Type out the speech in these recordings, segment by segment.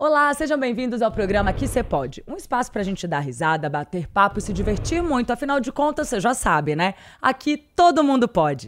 Olá, sejam bem-vindos ao programa Aqui Cê Pode. Um espaço pra gente dar risada, bater papo e se divertir muito. Afinal de contas, você já sabe, né? Aqui todo mundo pode.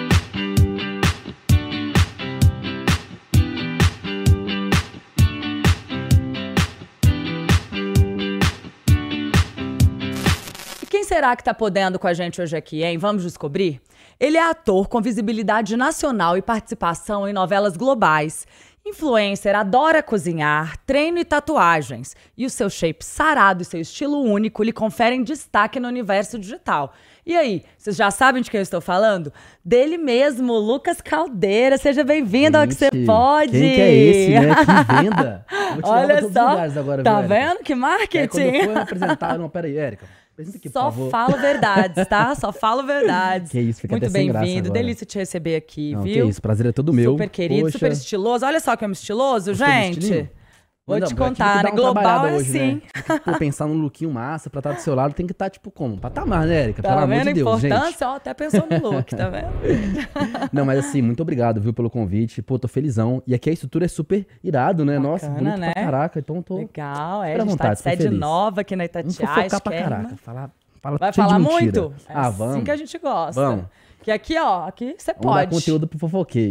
E quem será que tá podendo com a gente hoje aqui, hein? Vamos descobrir? Ele é ator com visibilidade nacional e participação em novelas globais. Influencer, adora cozinhar, treino e tatuagens. E o seu shape sarado e seu estilo único lhe conferem destaque no universo digital. E aí, vocês já sabem de quem eu estou falando? Dele mesmo, Lucas Caldeira. Seja bem-vindo ao Que Cê Pode. Quem que é esse, né? Que venda. Vou te Olha todos só, os lugares agora, tá viu, vendo? Que marketing. quando eu for apresentar, não, peraí, Érica. Aqui, Só falo verdades, tá? Só falo verdades. Que isso, fica muito até sem graça bem-vindo. agora. Delícia te receber aqui, Não, viu? Que isso, prazer é todo meu. Super querido, Poxa. super estiloso. Olha só que homem estiloso, Gostou do gente. estilinho? Vou Não, te aqui contar, tem né? que dar uma Global trabalhada é hoje, assim. né? Tem que pensar num lookinho massa pra estar do seu lado, tem que estar, tipo, como? Patamar, né, Érica? Tá Pelo amor vendo de a Deus, gente. importância? Ó, até pensou no look, tá vendo? Não, mas assim, muito obrigado, viu, pelo convite. Pô, tô felizão. E aqui a estrutura é super irado, né? Nossa, Bacana, bonito né? pra caraca. Então tô Legal, super a à gente tá de vontade, tô sede feliz. nova aqui na Vamos Itatiaia. fofocar pra esquema. caraca. Fala Vai cheio de falar mentira. muito? É Ah, assim vamos. que a gente gosta. Vamos. Que aqui, ó, aqui você Vamos dar pode. conteúdo pro fofoqueio.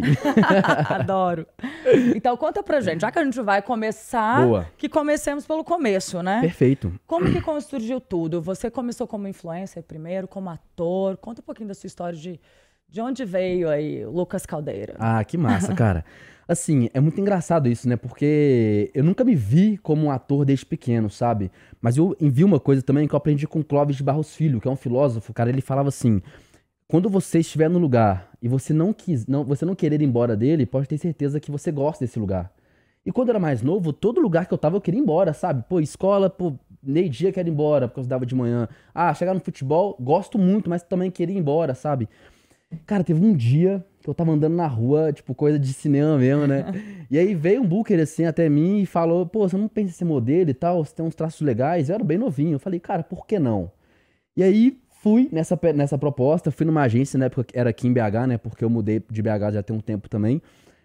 Adoro. Então conta pra gente, já que a gente vai começar, Boa. que comecemos pelo começo, né? Perfeito. Como que surgiu tudo? Você começou como influencer primeiro, como ator? Conta um pouquinho da sua história de onde veio aí o Lucas Caldeira. Ah, que massa, cara. Assim, é muito engraçado isso, né? Porque eu nunca me vi como um ator desde pequeno, sabe? Mas eu vi uma coisa também que eu aprendi com Clóvis de Barros Filho, que é um filósofo, cara. Ele falava assim: quando você estiver no lugar e você não querer ir embora dele, pode ter certeza que você gosta desse lugar. E quando eu era mais novo, todo lugar que eu tava eu queria ir embora, sabe? Pô, escola, pô, meio-dia quero ir embora, porque eu estudava de manhã. Ah, chegar no futebol, gosto muito, mas também queria ir embora, sabe? Cara, teve um dia que eu tava andando na rua, tipo, coisa de cinema mesmo, né? E aí veio um booker, assim, até mim e falou: pô, você não pensa em ser modelo e tal? Você tem uns traços legais? Eu era bem novinho. Eu falei: cara, por que não? E aí fui nessa proposta, fui numa agência, na época era aqui em BH, né? Porque eu mudei de BH já tem um tempo também.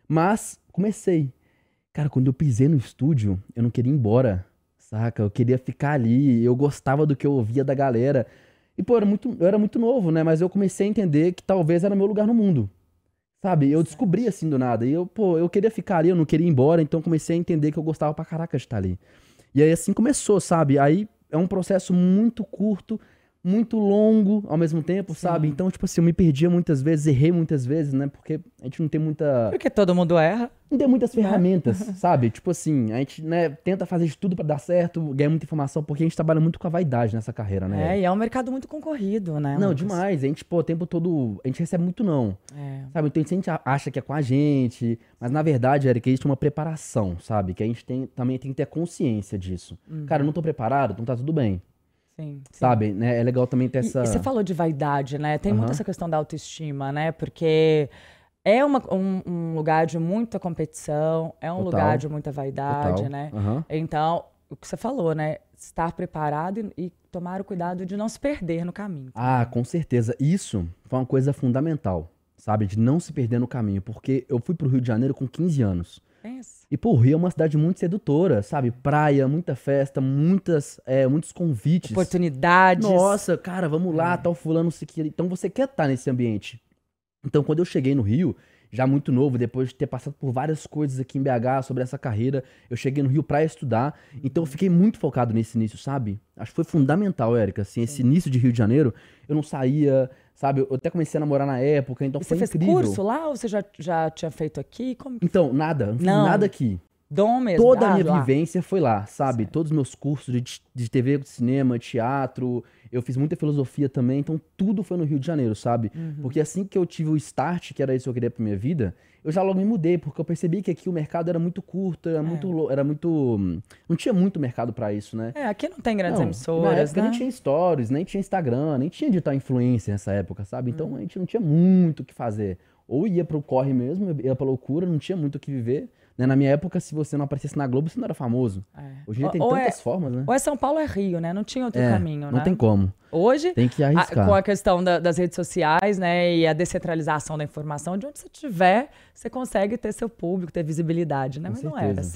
Mas comecei. Cara, quando eu pisei no estúdio, eu não queria ir embora, saca? Eu queria ficar ali, eu gostava do que eu ouvia da galera. E, pô, eu era muito novo, né? Mas eu comecei a entender que talvez era meu lugar no mundo, sabe? Eu descobri assim do nada. E eu queria ficar ali, eu não queria ir embora, então comecei a entender que eu gostava pra caraca de estar ali. E aí assim começou, sabe? Aí é um processo muito curto, muito longo ao mesmo tempo, Sim. sabe? Então, tipo assim, eu me perdia muitas vezes, errei muitas vezes, né? Porque a gente não tem muita... Porque todo mundo erra. Não tem muitas ferramentas, sabe? Tipo assim, a gente, né, tenta fazer de tudo pra dar certo, ganhar muita informação, porque a gente trabalha muito com a vaidade nessa carreira, né? É, e é um mercado muito concorrido, né, Não, Lucas? demais. A gente, pô, o tempo todo, a gente recebe muito não, É. sabe? Então a gente acha que é com a gente, mas na verdade, Eric, existe uma preparação, sabe? Que a gente também tem que ter consciência disso. Cara, eu não tô preparado, então tá tudo bem, Sim, sim. sabe? Né? É legal também ter E essa... você falou de vaidade, né? Tem muito Aham. essa questão da autoestima, né? Porque é um lugar de muita competição, é um Total. lugar de muita vaidade, Total. né? Aham. Então, o que você falou, né? Estar preparado e tomar o cuidado de não se perder no caminho. Ah, com certeza. Isso foi uma coisa fundamental, sabe? De não se perder no caminho, porque eu fui pro Rio de Janeiro com 15 anos. Pensa. E, pô, o Rio é uma cidade muito sedutora, sabe? Praia, muita festa, muitos convites. Oportunidades. Nossa, cara, vamos lá, tal fulano, se quer. Então você quer estar nesse ambiente. Então, quando eu cheguei no Rio, já muito novo, depois de ter passado por várias coisas aqui em BH sobre essa carreira, eu cheguei no Rio pra estudar. Então, eu fiquei muito focado nesse início, sabe? Acho que foi fundamental, Érica, assim, esse início de Rio de Janeiro. Eu não saía, sabe? Eu até comecei a namorar na época, então E foi você fez incrível. curso lá ou você já tinha feito aqui? Como que Então, nada, não fiz Não. nada aqui. dom mesmo? Toda a Ah, minha lá. vivência foi lá, sabe? Certo. Todos os meus cursos de TV, de cinema, teatro, eu fiz muita filosofia também, então tudo foi no Rio de Janeiro, sabe? Porque assim que eu tive o start, que era isso que eu queria pra minha vida, eu já logo me mudei, porque eu percebi que aqui o mercado era muito curto, era muito... Não tinha muito mercado pra isso, né? É, aqui não tem grandes Não, na emissoras, época né? nem tinha stories, nem tinha Instagram, nem tinha digital influencer nessa época, sabe? Então a gente não tinha muito o que fazer. Ou ia pro corre mesmo, ia pra loucura, não tinha muito o que viver. Né? Na minha época, se você não aparecesse na Globo, você não era famoso. É. Hoje em dia tem Ou tantas formas, né? Ou é São Paulo ou é Rio, né? Não tinha outro caminho, né? Não tem como. Hoje, Tem que arriscar. com a questão das redes sociais, né, e a descentralização da informação, de onde você estiver, você consegue ter seu público, ter visibilidade, né? Com Mas não certeza. era assim.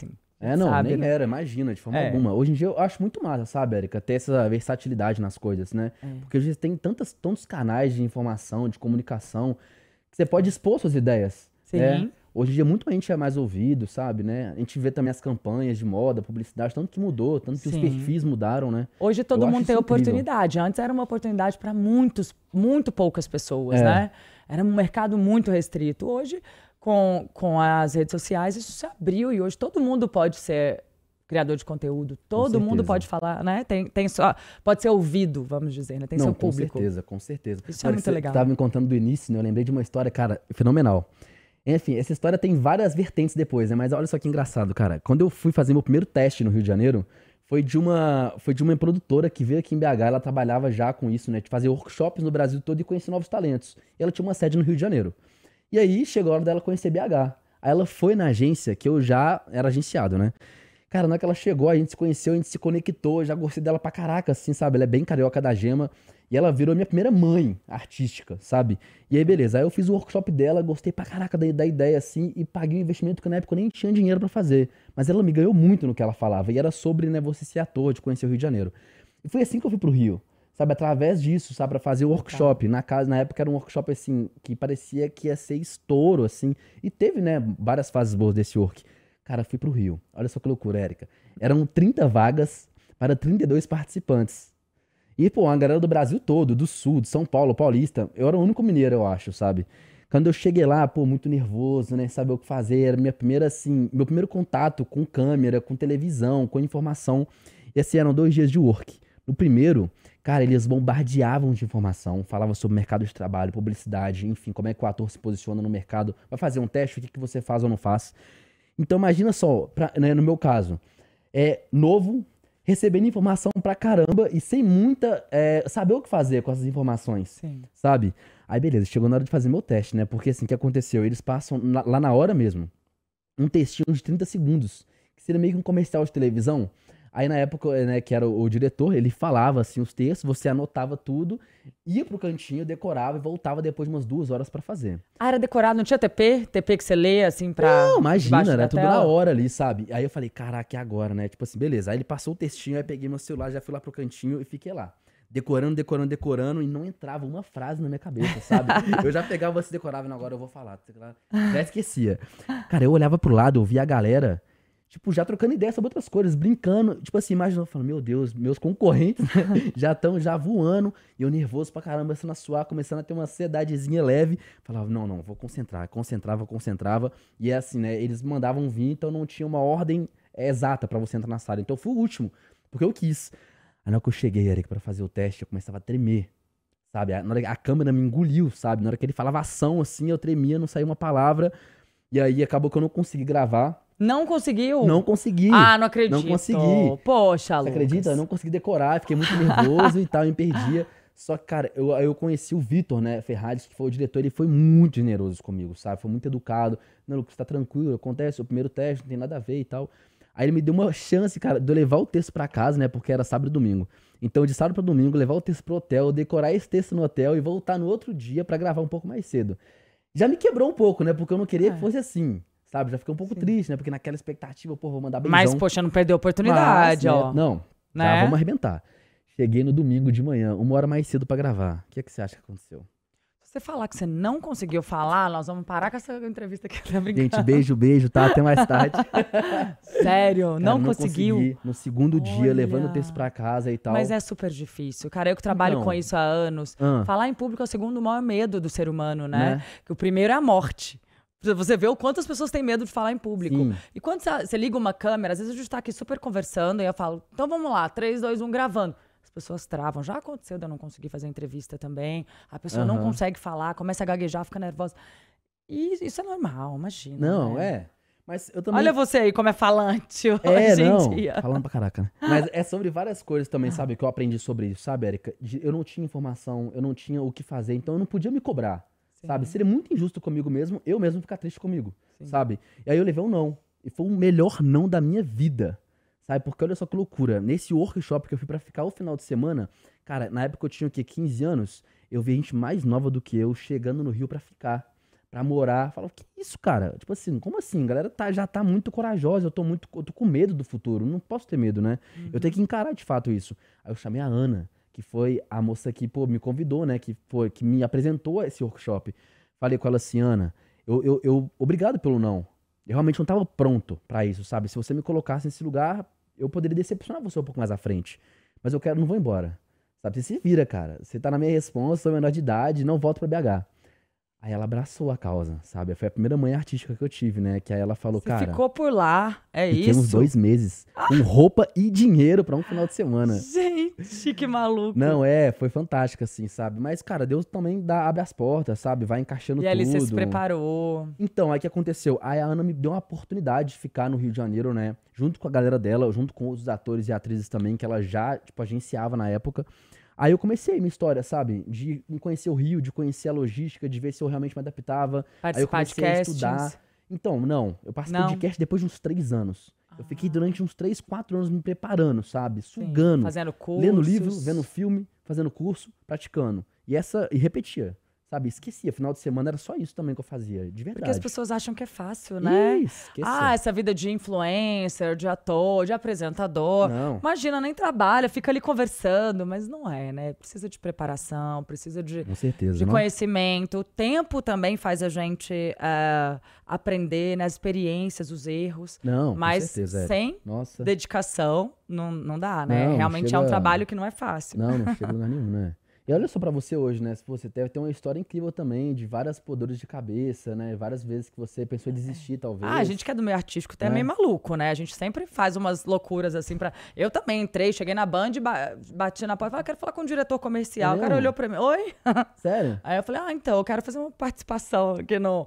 Não, sabe, nem né? era, imagina, de forma alguma. Hoje em dia eu acho muito massa, sabe, Érica, ter essa versatilidade nas coisas, né? Porque hoje tem tantos canais de informação, de comunicação, que você pode expor suas ideias, né? Sim. Hoje em dia muito a gente é mais ouvido, sabe, né? A gente vê também as campanhas de moda, publicidade, tanto que mudou, tanto que os Sim. perfis mudaram, né? Hoje todo Eu acho mundo tem isso incrível. oportunidade. Antes era uma oportunidade para muito poucas pessoas, É. né? Era um mercado muito restrito. Hoje, com as redes sociais, isso se abriu e hoje todo mundo pode ser criador de conteúdo. Todo mundo certeza. pode falar, né? Pode ser ouvido, vamos dizer, né? Tem Não, seu público. com certeza. Isso é muito legal. Você tava me contando do início, né? Eu lembrei de uma história, cara, fenomenal. Enfim, essa história tem várias vertentes depois, né? Mas olha só que engraçado, cara. Quando eu fui fazer meu primeiro teste no Rio de Janeiro, foi de uma produtora que veio aqui em BH, ela trabalhava já com isso, né? De fazer workshops no Brasil todo e conhecer novos talentos. E ela tinha uma sede no Rio de Janeiro. E aí chegou a hora dela conhecer BH. Aí ela foi na agência, que eu já era agenciado, né? Cara, na hora que ela chegou, a gente se conheceu, a gente se conectou, eu já gostei dela pra caraca, assim, sabe? Ela é bem carioca da gema. E ela virou minha primeira mãe artística, sabe? E aí, beleza. Aí eu fiz o workshop dela, gostei pra caraca da ideia, assim, e paguei um investimento que na época eu nem tinha dinheiro pra fazer. Mas ela me ganhou muito no que ela falava. E era sobre, né, você ser ator, de conhecer o Rio de Janeiro. E foi assim que eu fui pro Rio, sabe? Através disso, sabe? Pra fazer o workshop. Na época era um workshop, assim, que parecia que ia ser estouro, assim. E teve, né, várias fases boas desse work. Cara, fui pro Rio. Olha só que loucura, Érica. Eram 30 vagas para 32 participantes. E, pô, uma galera do Brasil todo, do Sul, de São Paulo, Paulista. Eu era o único mineiro, eu acho, sabe? Quando eu cheguei lá, pô, muito nervoso, né? Saber o que fazer. Era minha primeira, assim, meu primeiro contato com câmera, com televisão, com informação. E assim, eram 2 dias de work. No primeiro, cara, eles bombardeavam de informação, falavam sobre mercado de trabalho, publicidade, enfim, como é que o ator se posiciona no mercado. Vai fazer um teste, o que você faz ou não faz. Então, imagina só, né, no meu caso, novo, recebendo informação pra caramba e sem muita, saber o que fazer com essas informações, Sim. sabe? Aí, beleza, chegou na hora de fazer meu teste, né? Porque, assim, o que aconteceu? Eles passam, lá na hora mesmo, um textinho de 30 segundos, que seria meio que um comercial de televisão. Aí, na época, né, que era o diretor, ele falava, assim, os textos, você anotava tudo, ia pro cantinho, decorava e voltava depois de umas 2 horas pra fazer. Ah, era decorado, não tinha TP? TP que você lê, assim, pra... Não, imagina, debaixo era da tudo tela? na hora ali, sabe? Aí eu falei, caraca, e agora, né? Tipo assim, beleza. Aí ele passou o textinho, aí peguei meu celular, já fui lá pro cantinho e fiquei lá. Decorando, e não entrava uma frase na minha cabeça, sabe? Eu já pegava, você decorava, não, agora eu vou falar. Já esquecia. Cara, eu olhava pro lado, eu via a galera, tipo, já trocando ideia sobre outras coisas, brincando. Tipo assim, imaginando, falando, meu Deus, meus concorrentes, né, já estão voando. E eu nervoso pra caramba, começando a suar, começando a ter uma ansiedadezinha leve. Falava, não, vou concentrar. Concentrava. E é assim, né, eles mandavam vir, então não tinha uma ordem exata pra você entrar na sala. Então eu fui o último, porque eu quis. Aí na hora que eu cheguei, Eric, pra fazer o teste, eu começava a tremer, sabe? Na hora que a câmera me engoliu, sabe? Na hora que ele falava ação, assim, eu tremia, não saía uma palavra. E aí acabou que eu não consegui gravar. Não conseguiu? Não consegui. Ah, não acredito. Não consegui. Poxa, Você Lucas. acredita? Eu não consegui decorar, fiquei muito nervoso e tal, me perdia. Só que, cara, eu conheci o Vitor, né, Ferrares, que foi o diretor, ele foi muito generoso comigo, sabe? Foi muito educado. Não, Lucas, tá tranquilo, acontece, o primeiro teste, não tem nada a ver e tal. Aí ele me deu uma chance, cara, de eu levar o texto pra casa, né, porque era sábado e domingo. Então, de sábado pra domingo, levar o texto pro hotel, decorar esse texto no hotel e voltar no outro dia pra gravar um pouco mais cedo. Já me quebrou um pouco, né, porque eu não queria que fosse assim. Sabe, já fiquei um pouco triste, né? Porque naquela expectativa, pô, vou mandar beijão. Mas, poxa, não perdeu a oportunidade, Mas, né, ó. Não, Né? já vamos arrebentar. Cheguei no domingo de manhã, 1 hora mais cedo pra gravar. O que você acha que aconteceu? Se você falar que você não conseguiu falar, nós vamos parar com essa entrevista aqui, tá brincando? Gente, beijo, tá? Até mais tarde. Sério, Cara, não conseguiu? consegui. No segundo dia, Olha. levando o texto pra casa e tal. Mas é super difícil. Cara, eu que trabalho Então. com isso há anos. Ah. Falar em público é o segundo maior medo do ser humano, né? Né? Que o primeiro é a morte. Você vê o quanto as pessoas têm medo de falar em público. Sim. E quando você liga uma câmera, às vezes a gente tá aqui super conversando e eu falo, então vamos lá, 3, 2, 1, gravando. As pessoas travam. Já aconteceu de eu não conseguir fazer entrevista também. A pessoa não consegue falar, começa a gaguejar, fica nervosa. E isso é normal, imagina. Não, né? Mas eu também... Olha você aí como é falante hoje em dia. Falando pra caraca, né? Mas é sobre várias coisas também, sabe? Que eu aprendi sobre isso, sabe, Érica? Eu não tinha informação, eu não tinha o que fazer, então eu não podia me cobrar, sabe? Seria muito injusto comigo mesmo, eu mesmo ficar triste comigo, sabe? E aí eu levei um não. E foi o melhor não da minha vida, sabe? Porque olha só que loucura. Nesse workshop que eu fui pra ficar o final de semana, cara, na época eu tinha o quê? 15 anos, eu vi gente mais nova do que eu chegando no Rio pra ficar. pra morar. Eu falava, que isso, cara? Tipo assim, como assim? A galera já tá muito corajosa, eu tô com medo do futuro, não posso ter medo, né? Eu tenho que encarar de fato isso. Aí eu chamei a Ana, que foi a moça que, pô, me convidou, né? Que me apresentou a esse workshop. Falei com ela assim, Ana, obrigado pelo não. Eu realmente não tava pronto pra isso, sabe? Se você me colocasse nesse lugar, eu poderia decepcionar você um pouco mais à frente. Mas eu não vou embora. Sabe? Você se vira, cara. Você tá na minha responsa, sou menor de idade, não volto pra BH. Aí ela abraçou a causa, sabe? Foi a primeira manhã artística que eu tive, né? Que aí ela falou, Você cara... ficou por lá, Fiquei uns isso? 2 meses com roupa e dinheiro pra um final de semana. Gente, que maluco. Não, foi fantástico, assim, sabe? Mas, cara, Deus também abre as portas, sabe? Vai encaixando E tudo. ali você se preparou. Então, aí o que aconteceu? Aí a Ana me deu uma oportunidade de ficar no Rio de Janeiro, né? Junto com a galera dela, junto com os atores e atrizes também, que ela já, tipo, agenciava na época. Aí eu comecei minha história, sabe? De conhecer o Rio, de conhecer a logística, de ver se eu realmente me adaptava. Aí eu Participar de comecei a castings. estudar. Então, não. Eu participei de cast depois de uns 3 anos. Eu fiquei durante uns 3, 4 anos me preparando, sabe? Sugando. Fazendo cursos. Lendo livro, vendo filme, fazendo curso, praticando. E repetia. Sabe, esquecia. Final de semana era só isso também que eu fazia, de verdade. Porque as pessoas acham que é fácil, né? Esqueça. Essa vida de influencer, de ator, de apresentador. Não. Imagina, nem trabalha, fica ali conversando, mas não é, né? Precisa de preparação, precisa de, Com certeza, de não? conhecimento. O tempo também faz a gente aprender, né? As experiências, os erros. Não, mas com certeza. sem Nossa. dedicação, não dá, né? Não, Realmente chega... é um trabalho que não é fácil. Não chega em lugar nenhum, né? E olha só pra você hoje, né? Você deve ter uma história incrível também, de várias dores de cabeça, né? Várias vezes que você pensou em desistir, talvez. A gente que é do meio artístico até é meio maluco, né? A gente sempre faz umas loucuras assim pra... Eu também entrei, cheguei na Band, bati na porta e falei, quero falar com o diretor comercial. O cara olhou pra mim, oi? Sério? Aí eu falei, então, eu quero fazer uma participação aqui no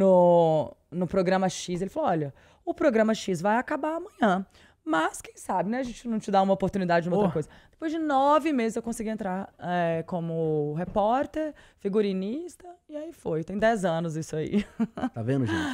programa X. Ele falou, olha, o programa X vai acabar amanhã. Mas, quem sabe, né? A gente não te dá uma oportunidade de uma outra coisa. Depois de 9 meses eu consegui entrar como repórter, figurinista, e aí foi. Tem 10 anos isso aí. Tá vendo, gente?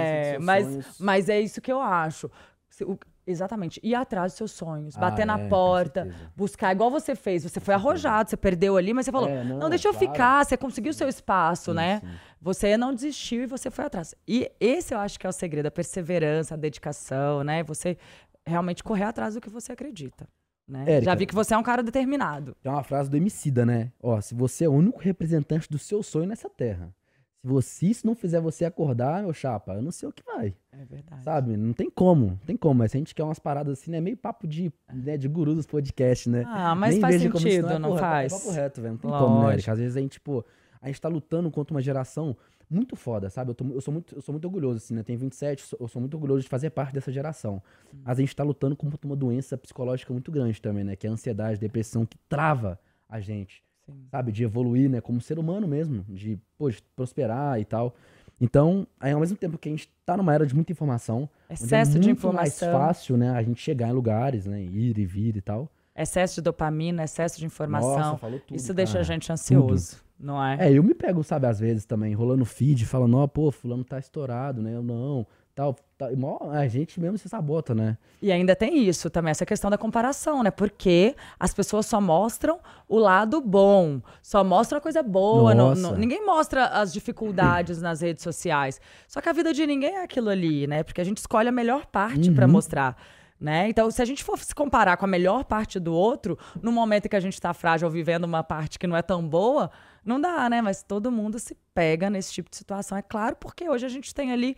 Mas é isso que eu acho. Exatamente. Ir atrás dos seus sonhos, bater na porta, buscar, igual você fez. Você foi arrojado, você perdeu ali, mas você falou, não, deixa eu ficar, você conseguiu o seu espaço, né? Sim. Você não desistiu e você foi atrás. E esse eu acho que é o segredo, a perseverança, a dedicação, né? Você realmente correr atrás do que você acredita, né? Érica, já vi que você é um cara determinado. Tem uma frase do Emicida, né? Ó, se você é o único representante do seu sonho nessa terra, se isso não fizer você acordar, meu chapa, eu não sei o que vai. É verdade. Sabe? Não tem como. Mas se a gente quer umas paradas assim, né? Meio papo de guru dos podcasts, né? Mas nem faz vejo como sentido, isso não faz? É papo reto, velho. Não tem como, né, Érica? Às vezes a gente tá lutando contra uma geração muito foda, sabe? Eu sou muito orgulhoso, assim, né? Tenho 27, eu sou muito orgulhoso de fazer parte dessa geração. Mas a gente tá lutando contra uma doença psicológica muito grande também, né? Que é a ansiedade, a depressão, que trava a gente, sabe? De evoluir, né? Como ser humano mesmo, de prosperar e tal. Então, aí, ao mesmo tempo que a gente tá numa era de muita informação, excesso de informação, mais fácil, né? A gente chegar em lugares, né? Ir e vir e tal. Excesso de dopamina, excesso de informação. Nossa, falou tudo, isso deixa a gente ansioso, não é? Eu me pego, sabe, às vezes também, rolando feed, falando, fulano tá estourado, né? Eu não, tal. A gente mesmo se sabota, né? E ainda tem isso também, essa questão da comparação, né? Porque as pessoas só mostram o lado bom, só mostram a coisa boa. Ninguém mostra as dificuldades nas redes sociais. Só que a vida de ninguém é aquilo ali, né? Porque a gente escolhe a melhor parte pra mostrar. Né? Então, se a gente for se comparar com a melhor parte do outro, no momento em que a gente está frágil ou vivendo uma parte que não é tão boa, não dá, né? Mas todo mundo se pega nesse tipo de situação. É claro, porque hoje a gente tem ali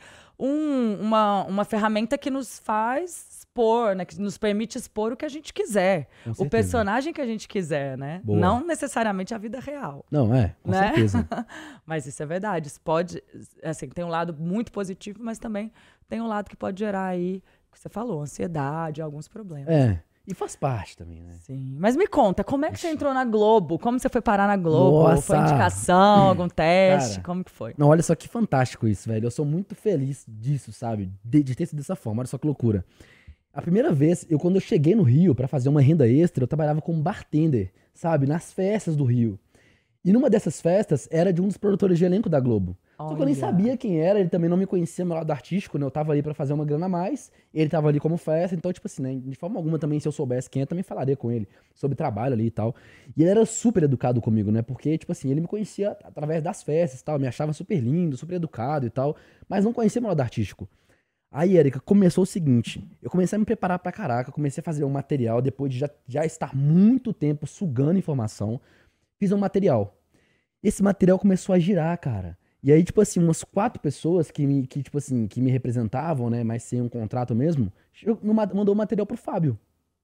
uma ferramenta que nos faz expor, né? Que nos permite expor o que a gente quiser. O personagem que a gente quiser, né? Boa. Não necessariamente a vida real. Não, com certeza. Mas isso é verdade. Isso pode, assim, tem um lado muito positivo, mas também tem um lado que pode gerar aí, que você falou, ansiedade, alguns problemas. E faz parte também, né? Sim. Mas me conta, como é que você entrou na Globo? Como você foi parar na Globo? Nossa. Foi indicação, algum teste? Cara, como que foi? Não, olha só que fantástico isso, velho. Eu sou muito feliz disso, sabe? De ter sido dessa forma. Olha só que loucura. A primeira vez, quando eu cheguei no Rio pra fazer uma renda extra, eu trabalhava como bartender, sabe? Nas festas do Rio. E numa dessas festas, era de um dos produtores de elenco da Globo. Só que eu nem sabia quem era, ele também não me conhecia meu lado artístico, né? Eu tava ali pra fazer uma grana a mais, ele tava ali como festa, então, tipo assim, né? De forma alguma também, se eu soubesse quem é, também falaria com ele sobre trabalho ali e tal. E ele era super educado comigo, né? Porque, tipo assim, ele me conhecia através das festas e tal, me achava super lindo, super educado e tal, mas não conhecia meu lado artístico. Aí, Érica, começou o seguinte, eu comecei a me preparar pra caraca, comecei a fazer um material, depois de já estar muito tempo sugando informação, fiz um material. Esse material começou a girar, cara. E aí, tipo assim, umas 4 pessoas tipo assim, que me representavam, né, mas sem um contrato mesmo, mandou o material pro Fábio.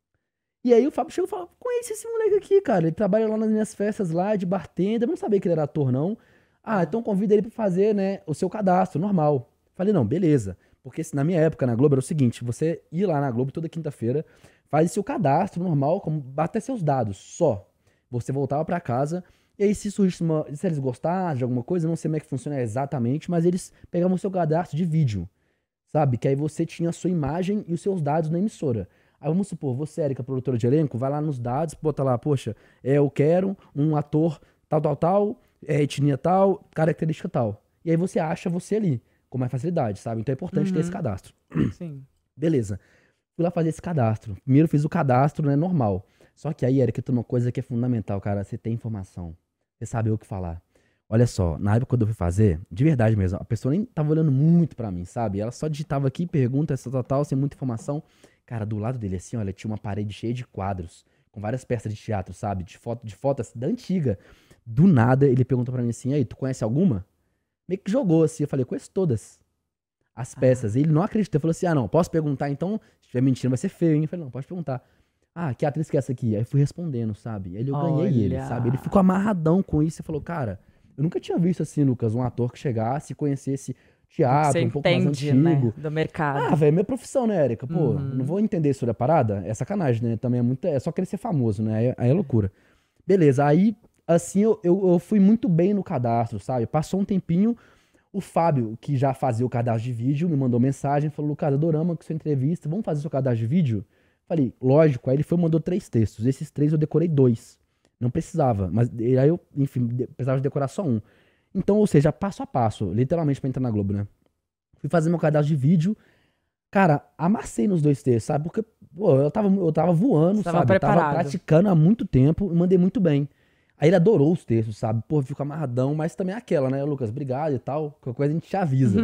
E aí o Fábio chegou e falou, conhece esse moleque aqui, cara, ele trabalha lá nas minhas festas lá, de bartender, eu não sabia que ele era ator, não. Ah, então convida ele pra fazer, né, o seu cadastro, normal. Falei, não, beleza. Porque na minha época, na Globo, era o seguinte, você ia lá na Globo toda quinta-feira, faz seu cadastro normal, como bater seus dados, só. Você voltava pra casa... E aí, se surgisse se eles gostassem de alguma coisa, não sei como é que funciona exatamente, mas eles pegavam o seu cadastro de vídeo, sabe? Que aí você tinha a sua imagem e os seus dados na emissora. Aí vamos supor, você, Érica, produtora de elenco, vai lá nos dados, bota lá, poxa, eu quero um ator tal, etnia tal, característica tal. E aí você acha você ali, com mais facilidade, sabe? Então é importante ter esse cadastro. Sim. Beleza. Fui lá fazer esse cadastro. Primeiro fiz o cadastro, né, normal. Só que aí, Érica, tem uma coisa que é fundamental, cara, você tem informação. Você sabe o que falar. Olha só, na época quando eu fui fazer, de verdade mesmo, a pessoa nem tava olhando muito pra mim, sabe? Ela só digitava aqui, pergunta, essa tal, sem muita informação. Cara, do lado dele assim, olha, tinha uma parede cheia de quadros, com várias peças de teatro, sabe? De foto assim, da antiga. Do nada, ele perguntou pra mim assim, aí, tu conhece alguma? Meio que jogou assim, eu falei, conheço todas as peças. E ele não acreditou, ele falou assim, não, posso perguntar então? Se estiver mentindo vai ser feio, hein? Eu falei, não, pode perguntar. Ah, que atriz que é essa aqui? Aí fui respondendo, sabe? Aí eu ganhei ele, sabe? Ele ficou amarradão com isso e falou, cara, eu nunca tinha visto assim, Lucas, um ator que chegasse e conhecesse teatro, um pouco mais antigo. Né? Do mercado. Ah, velho, é minha profissão, né, Érica? Pô, não vou entender sobre a parada? É sacanagem, né? Também é só querer ser famoso, né? Aí é loucura. Beleza, aí, assim, eu fui muito bem no cadastro, sabe? Passou um tempinho, o Fábio, que já fazia o cadastro de vídeo, me mandou mensagem, falou, Lucas, adoramos que sua entrevista, vamos fazer seu cadastro de vídeo? Falei, lógico, aí ele foi e mandou 3 textos. Esses 3 eu decorei 2. Não precisava, mas aí eu, enfim, precisava decorar só um. Então, ou seja, passo a passo, literalmente pra entrar na Globo, né? Fui fazer meu cadastro de vídeo. Cara, amassei nos 2 textos, sabe? Porque, pô, eu tava voando, sabe? Preparado. Eu tava praticando há muito tempo e mandei muito bem. Aí ele adorou os textos, sabe? Pô, fico amarradão, mas também é aquela, né, Lucas? Obrigado e tal. Qualquer coisa a gente te avisa.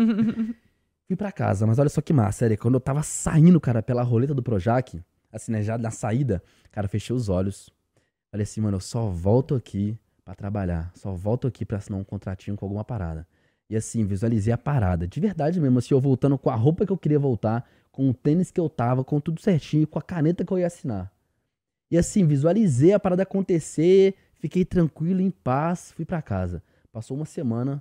Fui pra casa, mas olha só que massa, sério. Quando eu tava saindo, cara, pela roleta do Projac, assim, né, já na saída, cara, fechei os olhos. Falei assim, mano, eu só volto aqui pra trabalhar. Só volto aqui pra assinar um contratinho com alguma parada. E assim, visualizei a parada. De verdade mesmo, assim, eu voltando com a roupa que eu queria voltar, com o tênis que eu tava, com tudo certinho, com a caneta que eu ia assinar. E assim, visualizei a parada acontecer, fiquei tranquilo, em paz, fui pra casa. Passou uma semana,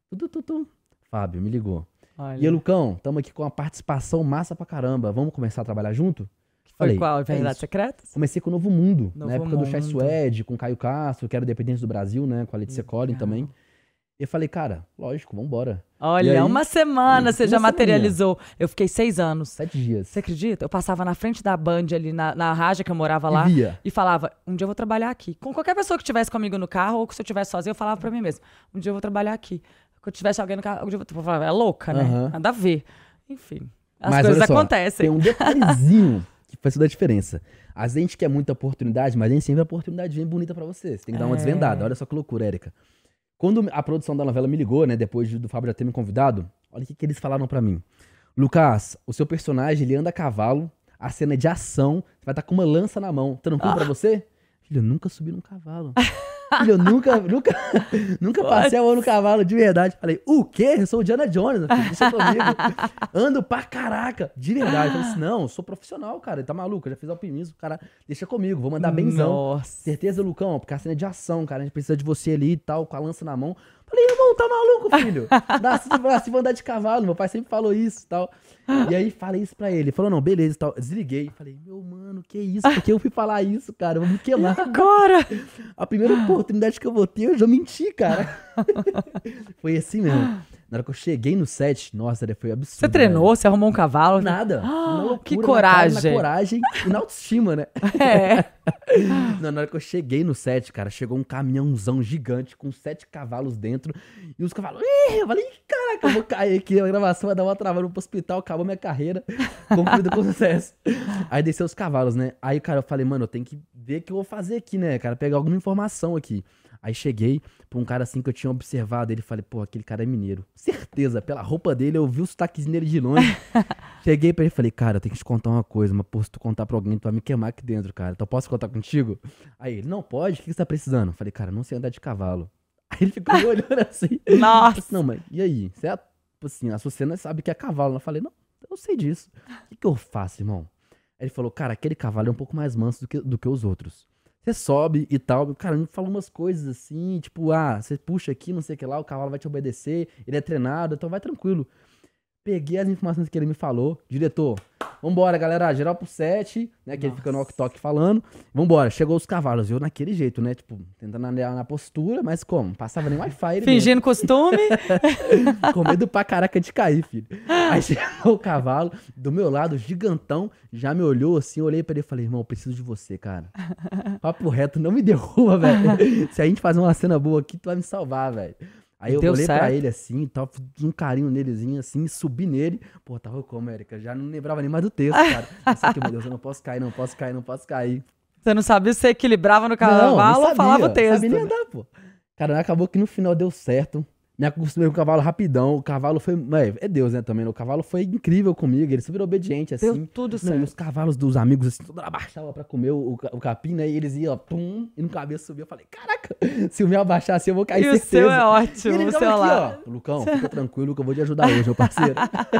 Fábio me ligou. Olha. E aí, Lucão, tamo aqui com uma participação massa pra caramba. Vamos começar a trabalhar junto? Foi qual? Verdades Secretas? Comecei com o Novo Mundo, Novo na época Mundo. do Chai Suede, com Caio Castro, que era Dependência do Brasil, né? Com a Letícia Collin também. E eu falei, cara, lógico, vambora. Olha, aí, uma semana você já materializou. Eu fiquei 6 anos. 7 dias. Você acredita? Eu passava na frente da Band ali na Raja, que eu morava lá, e falava, um dia eu vou trabalhar aqui. Com qualquer pessoa que estivesse comigo no carro, ou que se eu estivesse sozinha, eu falava pra mim mesmo, um dia eu vou trabalhar aqui. Quando tivesse alguém no carro, um dia eu falava, é louca, né? Nada a ver. Enfim, as coisas acontecem. Tem um detalhezinho que faz toda a diferença. Às vezes a gente quer muita oportunidade, mas nem sempre a oportunidade vem bonita pra você. Você tem que dar uma desvendada. Olha só que loucura, Érica. Quando a produção da novela me ligou, né, depois do Fábio já ter me convidado, olha o que eles falaram pra mim. Lucas, o seu personagem, ele anda a cavalo, a cena é de ação, você vai estar com uma lança na mão. Tranquilo pra você? Filho, eu nunca subi num cavalo. Filho, eu nunca passei a mão no cavalo, de verdade. Falei, o quê? Eu sou o Indiana Jones, filho, deixa comigo. Ando pra caraca, de verdade. Falei assim, não, eu sou profissional, cara, tá maluco, eu já fiz alpinismo, cara, deixa comigo, vou mandar benzão. Nossa. Certeza, Lucão, porque a cena é de ação, cara, a gente precisa de você ali e tal, com a lança na mão. Falei, irmão, tá maluco, filho? Nasci pra andar de cavalo, meu pai sempre falou isso e tal. E aí falei isso pra ele, ele falou, não, beleza e tal. Desliguei, falei, meu mano, que isso? Por que eu fui falar isso, cara? Eu vou me queimar. Agora? A primeira oportunidade que eu vou ter, eu já menti, cara. Foi assim mesmo. Na hora que eu cheguei no set, nossa, foi absurdo. Você treinou? Você arrumou um cavalo? Nada. Uma loucura, que coragem. Na coragem e na autoestima, né? É. Não, na hora que eu cheguei no set, cara, chegou um caminhãozão gigante com 7 cavalos dentro. E os cavalos... Eu falei, caraca, eu vou cair aqui. A gravação vai dar uma travada pro hospital, acabou minha carreira. Concluída com sucesso. Aí desceu os cavalos, né? Aí, cara, eu falei, mano, eu tenho que ver o que eu vou fazer aqui, né, cara? Pegar alguma informação aqui. Aí cheguei pra um cara assim que eu tinha observado ele, falei, pô, aquele cara é mineiro. Certeza, pela roupa dele, eu vi o sotaquezinho dele de longe. Cheguei pra ele e falei, cara, eu tenho que te contar uma coisa, mas pô, se tu contar pra alguém, tu vai me queimar aqui dentro, cara. Então posso contar contigo? Aí ele, não pode, o que você tá precisando? Eu falei, cara, não sei andar de cavalo. Aí ele ficou me olhando assim. Nossa. Não, mas e aí? Você é, assim, a Sucena sabe que é cavalo. Eu falei, não, eu sei disso. O que eu faço, irmão? Aí ele falou, cara, aquele cavalo é um pouco mais manso do que os outros. Você sobe e tal. Cara, me falou umas coisas assim, tipo, você puxa aqui, não sei o que lá, o cavalo vai te obedecer, ele é treinado, então vai tranquilo. Peguei as informações que ele me falou. Diretor, vambora, galera, geral pro set, né, que ele fica no walk-talk falando. Vambora, chegou os cavalos, eu naquele jeito, né, tipo, tentando andar na postura, mas como? Não passava nem Wi-Fi. Fingindo costume. Com medo pra caraca de cair, filho. Aí chegou o cavalo, do meu lado, gigantão, já me olhou assim, eu olhei pra ele e falei, irmão, eu preciso de você, cara. Papo reto, não me derruba, velho. Se a gente fazer uma cena boa aqui, tu vai me salvar, velho. Aí eu olhei pra ele assim, tal, fiz um carinho nelezinho assim, subi nele. Pô, tava como, Érica? Já não lembrava nem mais do texto, cara. Pensei que, meu Deus, eu não posso cair, não posso cair, não posso cair. Você não sabia se você equilibrava no cavalo ou falava o texto? Não sabia nem andar, pô. Cara, acabou que no final deu certo. Me acostumei com o cavalo rapidão. O cavalo foi... É Deus, né, também. O cavalo foi incrível comigo. Ele super obediente, assim. Deu tudo certo. E os cavalos dos amigos, assim, toda hora abaixavam pra comer o capim, né? E eles iam, ó, pum, e no cabeça subia. Eu falei, caraca, se o meu abaixar assim, eu vou cair, certeza. O seu é ótimo, e ele o seu aqui, lá. Ó, Lucão, fica tranquilo que eu vou te ajudar hoje, meu parceiro.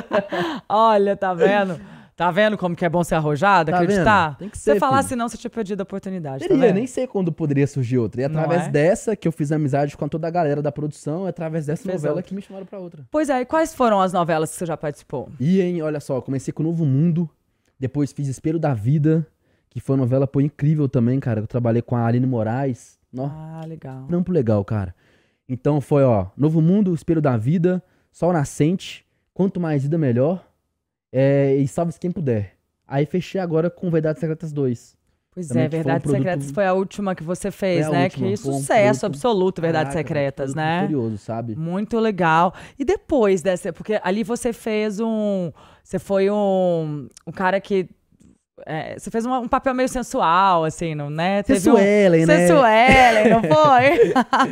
Olha, tá vendo? Tá vendo como que é bom ser arrojado, tá acreditar? Vendo? Tem que ser, você falasse filho. não, você tinha perdido a oportunidade, Teria, tá vendo? Nem sei quando poderia surgir outra. E através dessa que eu fiz amizade com toda a galera da produção, é através dessa novela que me chamaram pra outra. Pois é, e quais foram as novelas que você já participou? Olha só, comecei com o Novo Mundo, depois fiz Espelho da Vida, que foi uma novela, pô, incrível também, cara. Eu trabalhei com a Aline Moraes. Legal. Trampo legal, cara. Então foi, ó, Novo Mundo, Espelho da Vida, Sol Nascente, Quanto Mais Vida Melhor, e Salve-se Quem Puder. Aí fechei agora com Verdades Secretas 2. Pois também é, Verdades Secretas foi a última que você fez, né? Última, que sucesso absoluto, Verdades Secretas, né? Curioso, sabe? Muito legal. E depois dessa, porque ali você fez você foi um cara que... você fez um papel meio sensual, assim, não, né? Sensuelen, né? Sensuelen, não foi?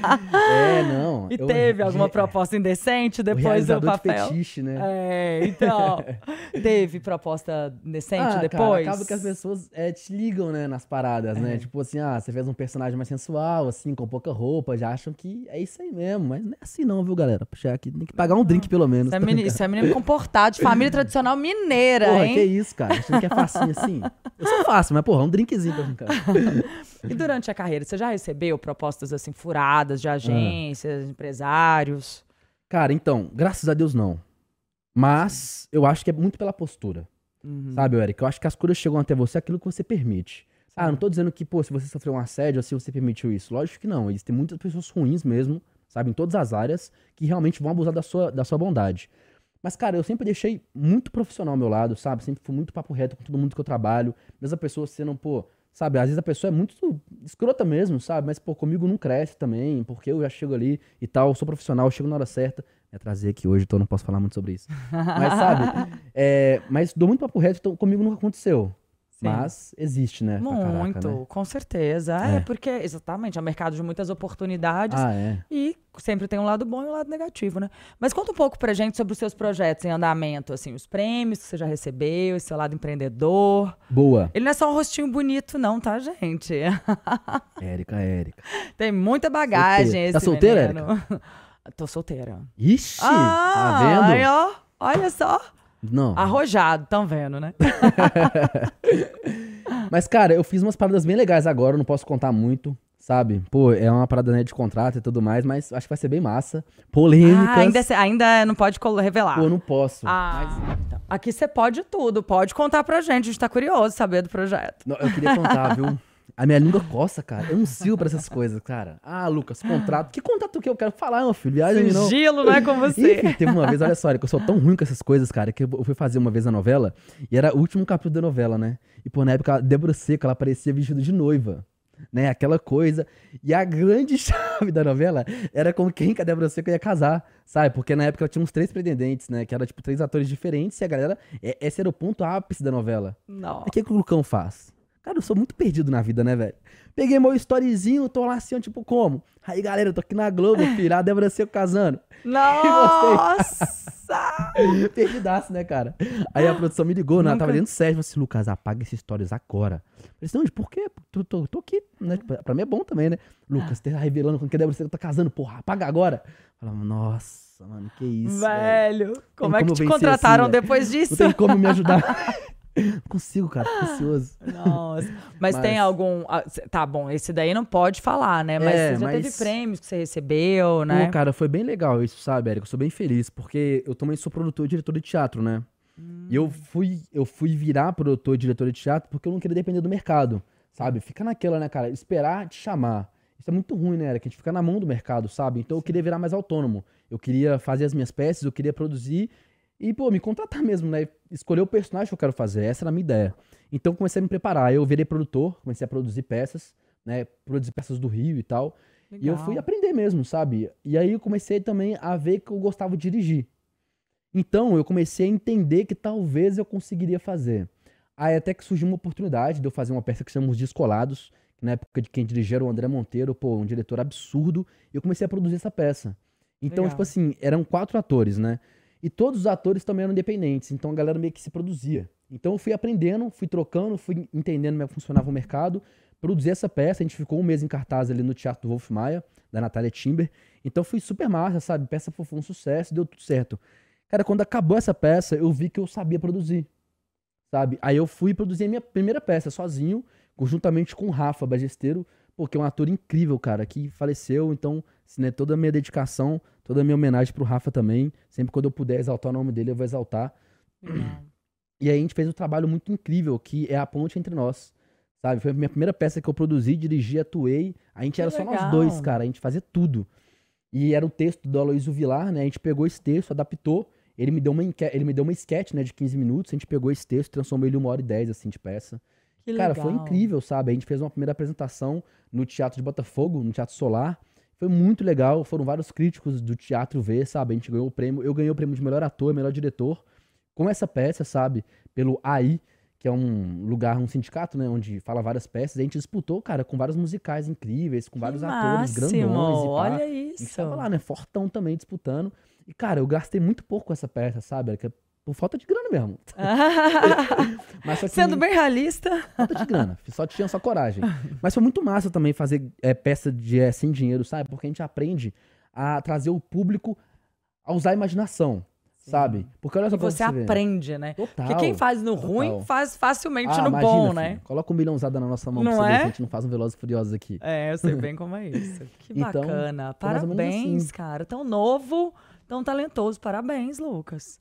Não. E teve alguma proposta indecente depois do papel? De fetiche, né? Então. Teve proposta indecente depois? Cara, acaba que as pessoas te ligam, né, nas paradas, né? Tipo assim, você fez um personagem mais sensual, assim, com pouca roupa, já acham que é isso aí mesmo. Mas não é assim não, viu, galera? Puxar aqui, tem que pagar um drink pelo menos. Isso é menino comportado, de família tradicional mineira, porra, hein? Que isso, cara? Achando que é facinho assim? Eu sou fácil, mas, porra, um drinkzinho pra brincar. E durante a carreira, você já recebeu propostas, assim, furadas de agências, empresários? Cara, então, graças a Deus não. Mas eu acho que é muito pela postura. Sabe, Érica? Eu acho que as coisas chegam até você aquilo que você permite. Não tô dizendo que, pô, se você sofreu um assédio ou se você permitiu isso. Lógico que não. Existem muitas pessoas ruins mesmo, sabe, em todas as áreas, que realmente vão abusar da sua bondade. Mas, cara, eu sempre deixei muito profissional ao meu lado, sabe? Sempre fui muito papo reto com todo mundo que eu trabalho. Mesmo a pessoa sendo, pô, sabe? Às vezes a pessoa é muito escrota mesmo, sabe? Mas, pô, comigo não cresce também, porque eu já chego ali e tal, sou profissional, chego na hora certa. É trazer aqui hoje, então não posso falar muito sobre isso. Mas, sabe? Mas dou muito papo reto, então comigo nunca aconteceu. Sim. Mas existe, né? Muito, caraca, né? Com certeza. Porque, exatamente, é um mercado de muitas oportunidades. E sempre tem um lado bom e um lado negativo, né? Mas conta um pouco pra gente sobre os seus projetos em andamento, assim, os prêmios que você já recebeu, esse seu lado empreendedor. Boa. Ele não é só um rostinho bonito, não, tá, gente? Érica. Tem muita bagagem Tá solteira, Érica? Tô solteira. Ixi, tá vendo? Aí, ó, olha só. Não. Arrojado, tão vendo, né? Mas, cara, eu fiz umas paradas bem legais agora, não posso contar muito, sabe? Pô, é uma parada, né, de contrato e tudo mais, mas acho que vai ser bem massa. Polêmicas. Ainda não pode revelar. Pô, não posso. Então, aqui você pode tudo, pode contar pra gente, a gente tá curioso saber do projeto. Não, eu queria contar, viu? A minha língua coça, cara. Eu não sirvo pra essas coisas, cara. Ah, Lucas, contrato. Que contrato que eu quero falar, meu filho? Viagem não. Sigilo, não é com você. Enfim, teve uma vez, olha só, que eu sou tão ruim com essas coisas, cara, que eu fui fazer uma vez a novela, e era o último capítulo da novela, né? E, pô, na época, a Débora Seco, ela aparecia vestida de noiva, né? Aquela coisa. E a grande chave da novela era com quem que a Débora Seco ia casar, sabe? Porque na época ela tinha uns 3 pretendentes, né? Que era, tipo, 3 atores diferentes, e a galera... Esse era o ponto ápice da novela. Não. O que o Lucão faz? Cara, eu sou muito perdido na vida, né, velho? Peguei meu storyzinho, tô lá assim, tipo, como? Aí, galera, eu tô aqui na Globo, filho, a Débora Seco casando. Nossa! Perdidaço, né, cara? Aí a produção me ligou, né? Ela tava Nunca- dentro sério, falou assim, Lucas, apaga esses stories agora. Eu falei assim, não, por quê? Tô aqui, né? Pra mim é bom também, né? Lucas, tá revelando com que a Débora Seco tá casando, porra, apaga agora. Falava, nossa, mano, que isso, velho. Velho, como é Tem que como te vencer contrataram assim, velho? depois Não disso? tem como me ajudar. Não consigo, cara, tô ansioso. Nossa. Mas tem Mas- algum. Tá bom, esse daí não pode falar, né? Mas É, você já teve mas- prêmios que você recebeu, né? Pô, cara, foi bem legal isso, sabe, Érico? Eu sou bem feliz, porque eu também sou produtor e diretor de teatro, né? E eu fui virar produtor e diretor de teatro porque eu não queria depender do mercado, sabe? Fica naquela, né, cara? Esperar te chamar. Isso é muito ruim, né, Érico? A gente fica na mão do mercado, sabe? Então eu queria virar mais autônomo. Eu queria fazer as minhas peças, eu queria produzir e, pô, me contratar mesmo, né? Escolher o personagem que eu quero fazer. Essa era a minha ideia. Então eu comecei a me preparar. Eu virei produtor, comecei a produzir peças, né? Produzir peças do Rio e tal. E eu fui Legal. aprender mesmo, sabe? E aí eu comecei também a ver que eu gostava de dirigir. Então eu comecei a entender que talvez eu conseguiria fazer. Aí até que surgiu uma oportunidade de eu fazer uma peça que chamamos Descolados, que na época de quem dirigia era o André Monteiro, pô, um diretor absurdo, e eu comecei a produzir essa peça. Então, Legal. tipo assim, eram 4 atores, né? E todos os atores também eram independentes, então a galera meio que se produzia. Então eu fui aprendendo, fui trocando, fui entendendo como é que funcionava o mercado, produzi essa peça, a gente ficou um mês em cartaz ali no Teatro do Wolf Maia, da Natália Timber. Então foi super massa, sabe? A peça foi um sucesso, deu tudo certo. Cara, quando acabou essa peça, eu vi que eu sabia produzir, sabe? Aí eu fui produzir a minha primeira peça sozinho, conjuntamente com o Rafa Bagesteiro, porque é um ator incrível, cara, que faleceu. Então, assim, né, toda a minha dedicação, toda a minha homenagem pro Rafa também. Sempre quando eu puder exaltar o nome dele, eu vou exaltar. Legal. E aí a gente fez um trabalho muito incrível, que é a ponte entre nós, sabe? Foi a minha primeira peça que eu produzi, dirigi, atuei. A gente Que era só nós legal. dois, cara. A gente fazia tudo. E era o texto do Aloysio Vilar, né? A gente pegou esse texto, adaptou. Ele me deu uma sketch, né, de 15 minutos. A gente pegou esse texto, transformou ele em 1h10, assim, de peça. Que Cara, legal. foi incrível, sabe? A gente fez uma primeira apresentação no Teatro de Botafogo, no Teatro Solar. Foi muito legal. Foram vários críticos do teatro ver, sabe? A gente ganhou o prêmio. Eu ganhei o prêmio de melhor ator, melhor diretor com essa peça, sabe? Pelo AI, que é um lugar, um sindicato, né? Onde fala várias peças. A gente disputou, cara, com vários musicais incríveis, com vários atores grandões e pá. Olha A gente isso. tava lá, né? Fortão também, disputando. E, cara, eu gastei muito pouco com essa peça, sabe? Que é por falta de grana mesmo. Mas só que... Sendo bem realista. Falta de grana, só tinha só coragem. Mas foi muito massa também fazer peça de sem dinheiro, sabe? Porque a gente aprende a trazer o público a usar a imaginação, sabe? Porque olha só E pra você ver. aprende, né? Total. Porque quem faz no ruim total. faz facilmente Ah, no imagina, bom, filho, né? Coloca 1 milhãozada na nossa mão Não pra você ver é? se a gente não faz um Velozes e Furiosos aqui. É, eu sei bem como é isso. Que Então, bacana. foi mais ou menos Parabéns, assim. cara. Tão novo, tão talentoso. Parabéns, Lucas.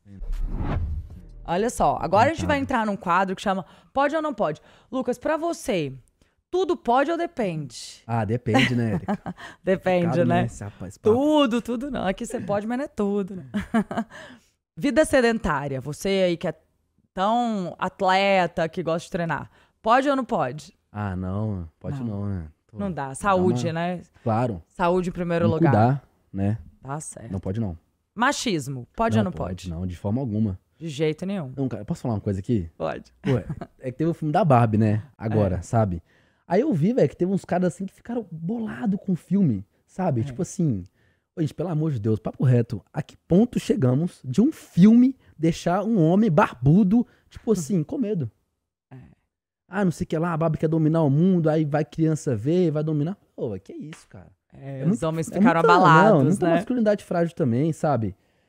Olha só, agora a gente vai entrar num quadro que chama Pode ou Não Pode. Lucas, pra você, tudo pode ou depende? Ah, depende, né, Érica? Depende, Complicado, né? Esse rapaz, papo. Tudo não. Aqui você pode, mas não é tudo, né? Vida sedentária. Você aí que é tão atleta, que gosta de treinar. Pode ou não pode? Ah, não. Pode não, né? Pô, Não dá. Saúde, uma- né? Claro. Saúde em primeiro Vamos lugar. cuidar, né? Tá certo. Não pode não. Machismo. Pode ou não pode? Não, de forma alguma. De jeito nenhum. Não, cara, eu posso falar uma coisa aqui? Pode. Ué, é que teve o filme da Barbie, né? Agora, sabe? Aí eu vi, velho, que teve uns caras assim que ficaram bolados com o filme, sabe? Tipo assim, ô, gente, pelo amor de Deus, papo reto, a que ponto chegamos de um filme deixar um homem barbudo, tipo assim, com medo? Ah, não sei o que lá, a Barbie quer dominar o mundo, aí vai criança ver, vai dominar. Pô, que isso, cara? Os homens é ficaram muita- abalados, muita né? masculinidade frágil também, sabe?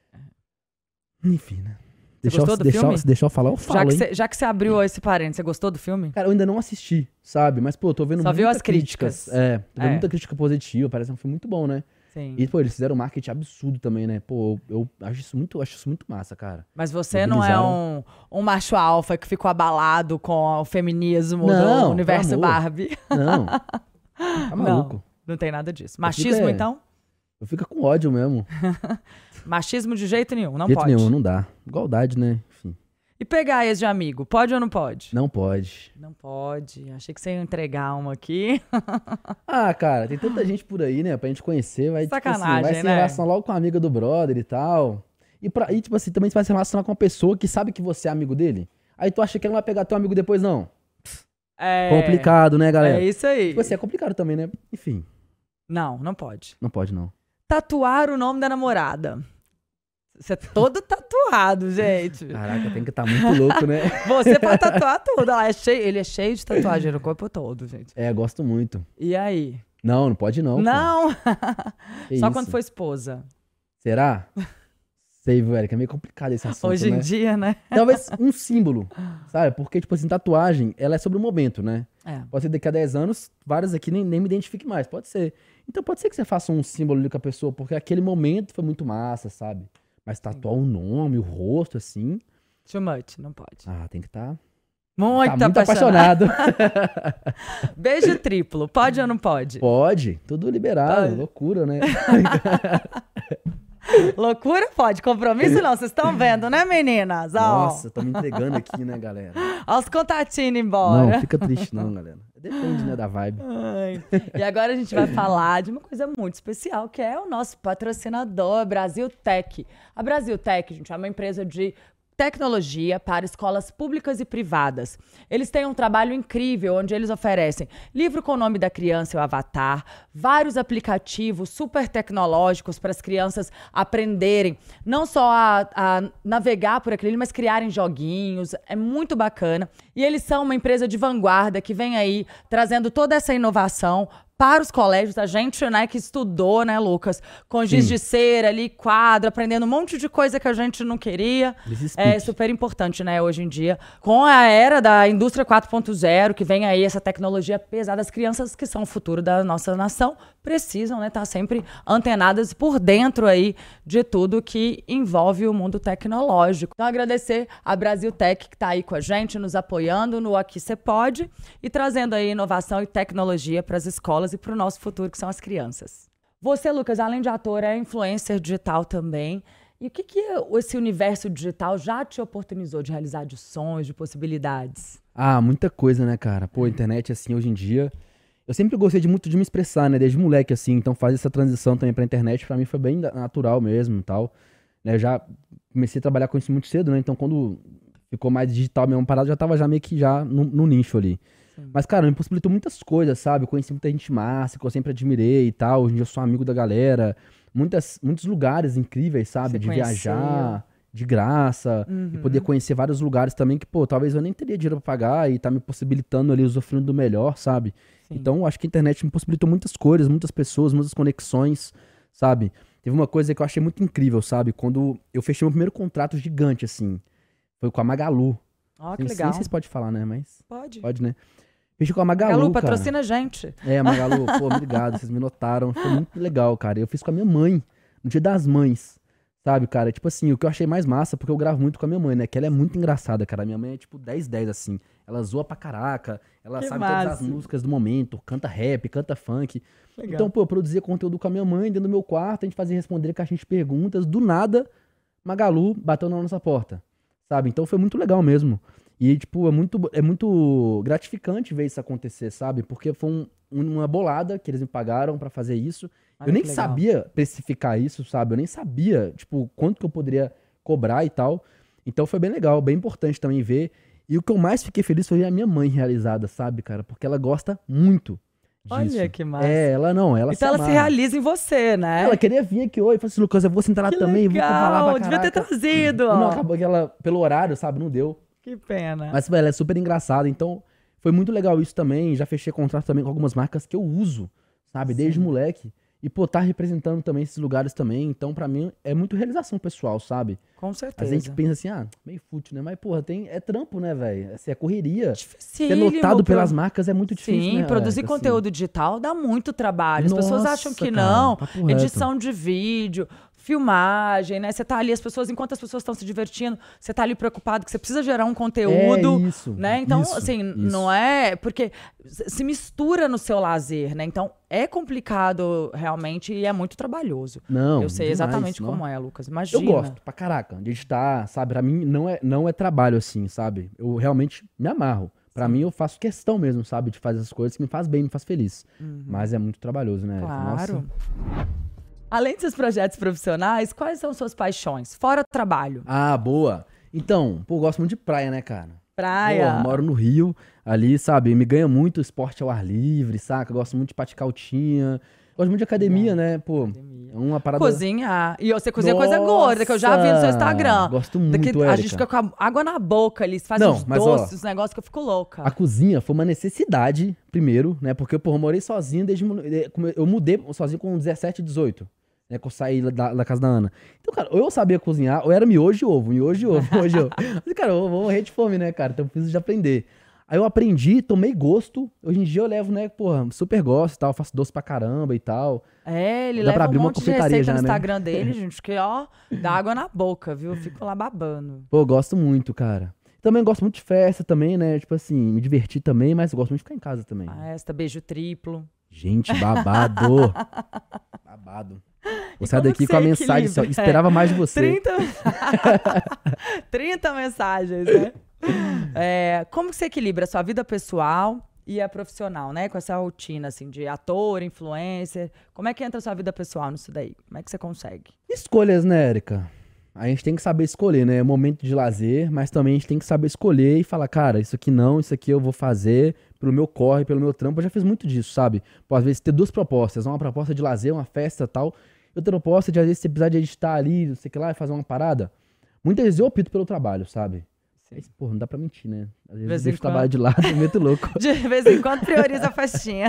Enfim, né? gostou do filme? Se deixar eu falar, eu falo, hein? Já que você abriu esse parênteses, você gostou do filme? Cara, eu ainda não assisti, sabe? Mas, pô, eu tô vendo Só viu muita as críticas. É, tô vendo É. muita crítica positiva, parece um filme muito bom, né? Sim. E, pô, eles fizeram um marketing absurdo também, né? Pô, eu acho isso muito massa, cara. Mas você não é um macho alfa que ficou abalado com o feminismo do universo pelo amor. Barbie? Não, tá maluco. Não tem nada disso. Machismo, então? Eu fico com ódio mesmo. Machismo de jeito nenhum, não De jeito pode. nenhum, não dá. Igualdade, né? Enfim. E pegar ex de amigo, pode ou não pode? Não pode. Não pode. Achei que você ia entregar uma aqui. Ah, cara, tem tanta gente por aí, né? Pra gente conhecer. Vai, Sacanagem, tipo assim, vai se né? relacionar logo com a amiga do brother e tal. E, tipo assim, também você vai se relacionar com uma pessoa que sabe que você é amigo dele. Aí tu acha que ela não vai pegar teu amigo depois, não. É Complicado, né, galera? É isso aí. Tipo assim, é complicado também, né? Enfim. Não pode. Não pode, não. Tatuar o nome da namorada. Você é todo tatuado, gente. Caraca, tem que estar muito louco, né? Você pode tatuar tudo. Ele é cheio de tatuagem no corpo todo, gente. É, gosto muito. E aí? Não pode não. Não! Que Só isso? quando for esposa. Será? Sei, velho, que é meio complicado esse assunto, Hoje em né? dia, né? Talvez um símbolo, sabe? Porque, tipo assim, tatuagem, ela é sobre o momento, né? É. Pode ser daqui a 10 anos, várias aqui nem me identifique mais, pode ser. Então pode ser que você faça um símbolo ali com a pessoa, porque aquele momento foi muito massa, sabe? Mas tatuar o nome, o rosto, assim... Too much, não pode. Ah, tem que estar... Muito, muito apaixonado. Beijo triplo, pode ou não pode? Pode, tudo liberado, Pode. loucura, né? Loucura pode, compromisso não, vocês estão vendo, né, meninas? Ó, Nossa, tô me entregando aqui, né, galera? ó os contatinhos embora. Não, fica triste não, galera. Depende, né, da vibe. Ai. E agora a gente vai falar de uma coisa muito especial, que é o nosso patrocinador, a Brasil Tech. A Brasil Tech, gente, é uma empresa de tecnologia para escolas públicas e privadas. Eles têm um trabalho incrível, onde eles oferecem livro com o nome da criança e o avatar, vários aplicativos super tecnológicos para as crianças aprenderem, não só a navegar por aquele, mas criarem joguinhos. É muito bacana. E eles são uma empresa de vanguarda que vem aí trazendo toda essa inovação para os colégios. A gente, né, que estudou, né, Lucas, com giz de cera ali, quadro, aprendendo um monte de coisa que a gente não queria. É super importante, né, hoje em dia. Com a era da indústria 4.0, que vem aí essa tecnologia pesada, as crianças que são o futuro da nossa nação precisam, né, estar sempre antenadas por dentro aí de tudo que envolve o mundo tecnológico. Então, agradecer a Brasil Tech, que está aí com a gente, nos apoiando no Aqui Cê Pode e trazendo aí inovação e tecnologia para as escolas e para o nosso futuro, que são as crianças. Você, Lucas, além de ator, é influencer digital também. E o que esse universo digital já te oportunizou de realizar de sonhos, de possibilidades? Ah, muita coisa, né, cara? Pô, a internet, assim, hoje em dia... Eu sempre gostei muito de me expressar, né? Desde moleque, assim. Então, fazer essa transição também pra internet, pra mim, foi bem natural mesmo e tal. Né, eu já comecei a trabalhar com isso muito cedo, né? Então, quando ficou mais digital mesmo, parado, já tava já meio que já no nicho ali. Sim. Mas, cara, me possibilitou muitas coisas, sabe? Eu conheci muita gente massa, que eu sempre admirei e tal. Hoje em dia eu sou amigo da galera. Muitos lugares incríveis, sabe? Você de conheceu. Viajar... de graça, e poder conhecer vários lugares também que, pô, talvez eu nem teria dinheiro pra pagar e tá me possibilitando ali, usufruindo do melhor, sabe? Sim. Então, acho que a internet me possibilitou muitas coisas, muitas pessoas, muitas conexões, sabe? Teve uma coisa que eu achei muito incrível, sabe? Quando eu fechei meu primeiro contrato gigante, assim, foi com a Magalu. Ó, que legal. Nem sei se pode falar, né? Mas pode. Pode, né? Fechei com a Magalu, Magalu, cara. patrocina a gente. É, Magalu, pô, obrigado, vocês me notaram. Foi muito legal, cara. Eu fiz com a minha mãe, no Dia das Mães. Sabe, cara? Tipo assim, o que eu achei mais massa, porque eu gravo muito com a minha mãe, né? Que ela é muito engraçada, cara. Minha mãe é tipo 10/10, assim. Ela zoa pra caraca. Ela Que sabe massa. todas as músicas do momento. Canta rap, canta funk. Legal. Então, pô, eu produzia conteúdo com a minha mãe dentro do meu quarto. A gente fazia responder caixinha de perguntas. Do nada, Magalu bateu na nossa porta. Sabe? Então foi muito legal mesmo. E, tipo, é muito gratificante ver isso acontecer, sabe? Porque foi uma bolada que eles me pagaram pra fazer isso. Olha eu nem que legal. sabia precificar isso, sabe? Eu nem sabia, tipo, quanto que eu poderia cobrar e tal. Então foi bem legal, bem importante também ver. E o que eu mais fiquei feliz foi ver a minha mãe realizada, sabe, cara? Porque ela gosta muito disso. Olha que massa. É, ela Então se ela amarra. se realiza em você, né? Ela queria vir aqui hoje, falou assim, Lucas, eu vou sentar lá Que também, vou falar pra devia ter caraca. trazido. E não, acabou que ela, pelo horário, sabe, não deu. Que pena. Mas, ela é super engraçada, então foi muito legal isso também. Já fechei contrato também com algumas marcas que eu uso, sabe, desde moleque. E, pô, tá representando também esses lugares também. Então, pra mim, é muito realização pessoal, sabe? Com Às certeza. vezes a gente pensa assim, meio fútil, né? Mas, porra, é trampo, né, velho? Assim, é correria. Ser Dificílimo notado pelas marcas é muito difícil, Sim, né? produzir Tipo conteúdo digital dá muito trabalho. As pessoas acham nossa, que cara, não. papo reto. Edição de vídeo, filmagem, né? Você tá ali, enquanto as pessoas estão se divertindo, você tá ali preocupado que você precisa gerar um conteúdo, isso, né? Então, isso, assim, isso. não é... Porque se mistura no seu lazer, né? Então, é complicado realmente e é muito trabalhoso. Não, Eu sei demais, exatamente não. como é, Lucas. Imagina. Eu gosto pra caraca de editar, sabe? Pra mim não é trabalho assim, sabe? Eu realmente me amarro. Pra mim eu faço questão mesmo, sabe? De fazer essas coisas que me faz bem, me faz feliz. Mas é muito trabalhoso, né? Claro. Nossa. Além desses projetos profissionais, quais são suas paixões? Fora trabalho. Ah, boa. Então, pô, eu gosto muito de praia, né, cara? Praia. Pô, moro no Rio, ali, sabe? Me ganha muito o esporte ao ar livre, saca? Eu gosto muito de praticar altinha. Gosto muito de academia, né? Pô, é uma parada... Cozinhar. E você cozinha coisa gorda, que eu já vi no seu Instagram. Gosto muito, A Érica. gente fica com a água na boca ali, faz Não, uns mas, doces, ó, uns negócios que eu fico louca. A cozinha foi uma necessidade, primeiro, né? Porque, pô, eu morei sozinho eu mudei sozinho com 17, 18. Né, que eu saí da casa da Ana. Então, cara, ou eu sabia cozinhar, ou era miojo e ovo, miojo e ovo, miojo e ovo. Mas, cara, eu vou morrer de fome, né, cara? Então eu preciso de aprender. Aí eu aprendi, tomei gosto. Hoje em dia eu levo, né, porra, super gosto e tal, faço doce pra caramba e tal. É, ele Dá pra leva abrir um uma monte de confeitaria receita já, no né? Instagram dele, gente, que ó, dá água na boca, viu? Eu fico lá babando. Pô, eu gosto muito, cara. Também gosto muito de festa também, né? Tipo assim, me divertir também, mas eu gosto muito de ficar em casa também. Festa, beijo triplo. Gente, babado. Babado. Vou sair como daqui que com a você mensagem, equilibra? só, esperava mais de você. 30 mensagens, né? Como que você equilibra a sua vida pessoal e a profissional, né? Com essa rotina, assim, de ator, influencer. Como é que entra a sua vida pessoal nisso daí? Como é que você consegue? Escolhas, né, Érica? A gente tem que saber escolher, né? É momento de lazer, mas também a gente tem que saber escolher e falar, cara, isso aqui não, isso aqui eu vou fazer pelo meu corre, pelo meu trampo. Eu já fiz muito disso, sabe? Pô, às vezes ter duas propostas, uma proposta de lazer, uma festa e tal, e outra proposta de, às vezes, você precisar de editar ali, não sei o que lá, e fazer uma parada. Muitas vezes eu opto pelo trabalho, sabe? Mas, pô, não dá pra mentir, né? Às vezes eu deixo o trabalho de lado e meto louco. De vez em quando prioriza a festinha.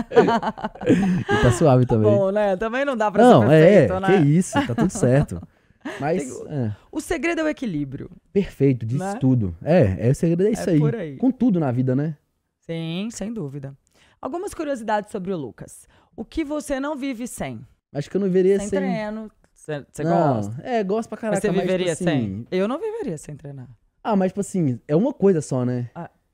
E tá suave também. Bom, né? Também não dá pra ser perfeito, né? Que isso, tá tudo certo. Mas, o segredo é o equilíbrio. Perfeito, disse né? tudo. O segredo é isso aí. Por aí. Com tudo na vida, né? Sim, sem dúvida. Algumas curiosidades sobre o Lucas. O que você não vive sem? Acho que eu não viveria sem... treino. Você não, gosta? Gosto pra caraca. Mas você viveria tipo assim... sem? Eu não viveria sem treinar. Mas tipo assim, é uma coisa só, né?